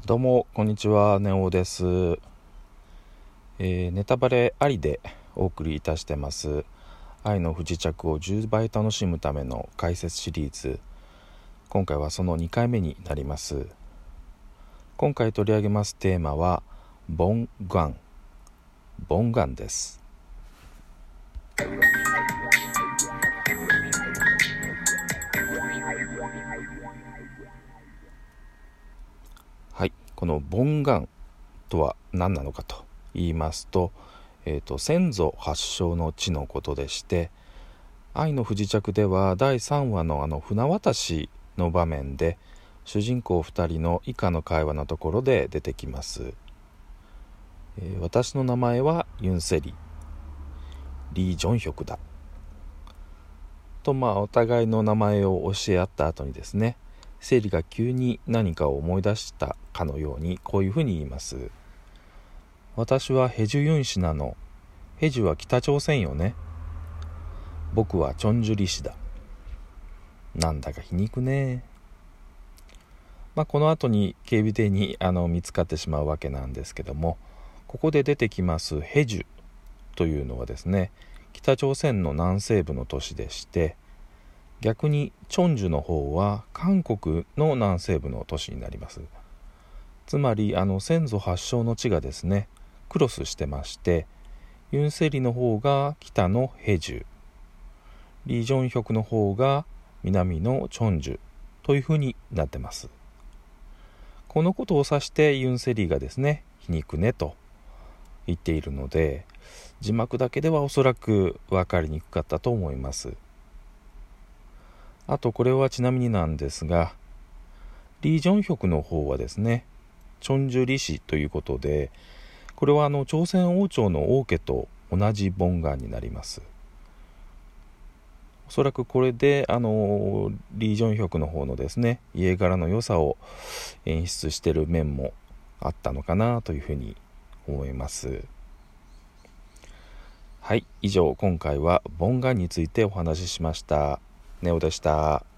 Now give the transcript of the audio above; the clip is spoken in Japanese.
どうもこんにちは、ネオです。ネタバレありでお送りいたしてます愛の不時着を10倍楽しむための解説シリーズ。今回はその2回目になります。今回取り上げますテーマはボンガンです。はい、このボンガンとは何なのかと言いますと、先祖発祥の地のことでして、愛の不時着では第3話の船渡しの場面で主人公2人の以下の会話のところで出てきます。私の名前はユンセリ、リー・ジョンヒョクだと、お互いの名前を教え合った後にですね、セリが急に何かを思い出したかのようにこういうふうに言います。私はヘジュユン氏なの。ヘジュは北朝鮮よね。僕はチョンジュリ氏だ。なんだか皮肉ね。この後に警備艇に見つかってしまうわけなんですけども、ここで出てきますヘジュというのはですね、北朝鮮の南西部の都市でして、逆にチョンジュの方は韓国の南西部の都市になります。つまり先祖発祥の地がですねクロスしてまして、ユンセリの方が北のヘジュ、リー・ジョンヒョクの方が南のチョンジュというふうになってます。このことを指してユンセリがですね皮肉ねと言っているので、字幕だけではおそらく分かりにくかったと思います。あとこれはちなみになんですが、リー・ジョンヒョクの方はですねチョンジュリ氏ということで、これは朝鮮王朝の王家と同じボンガンになります。おそらくこれでリー・ジョンヒョクの方のですね家柄の良さを演出している面もあったのかなというふうに思います。はい、以上今回はボンガンについてお話ししました。ネオでした。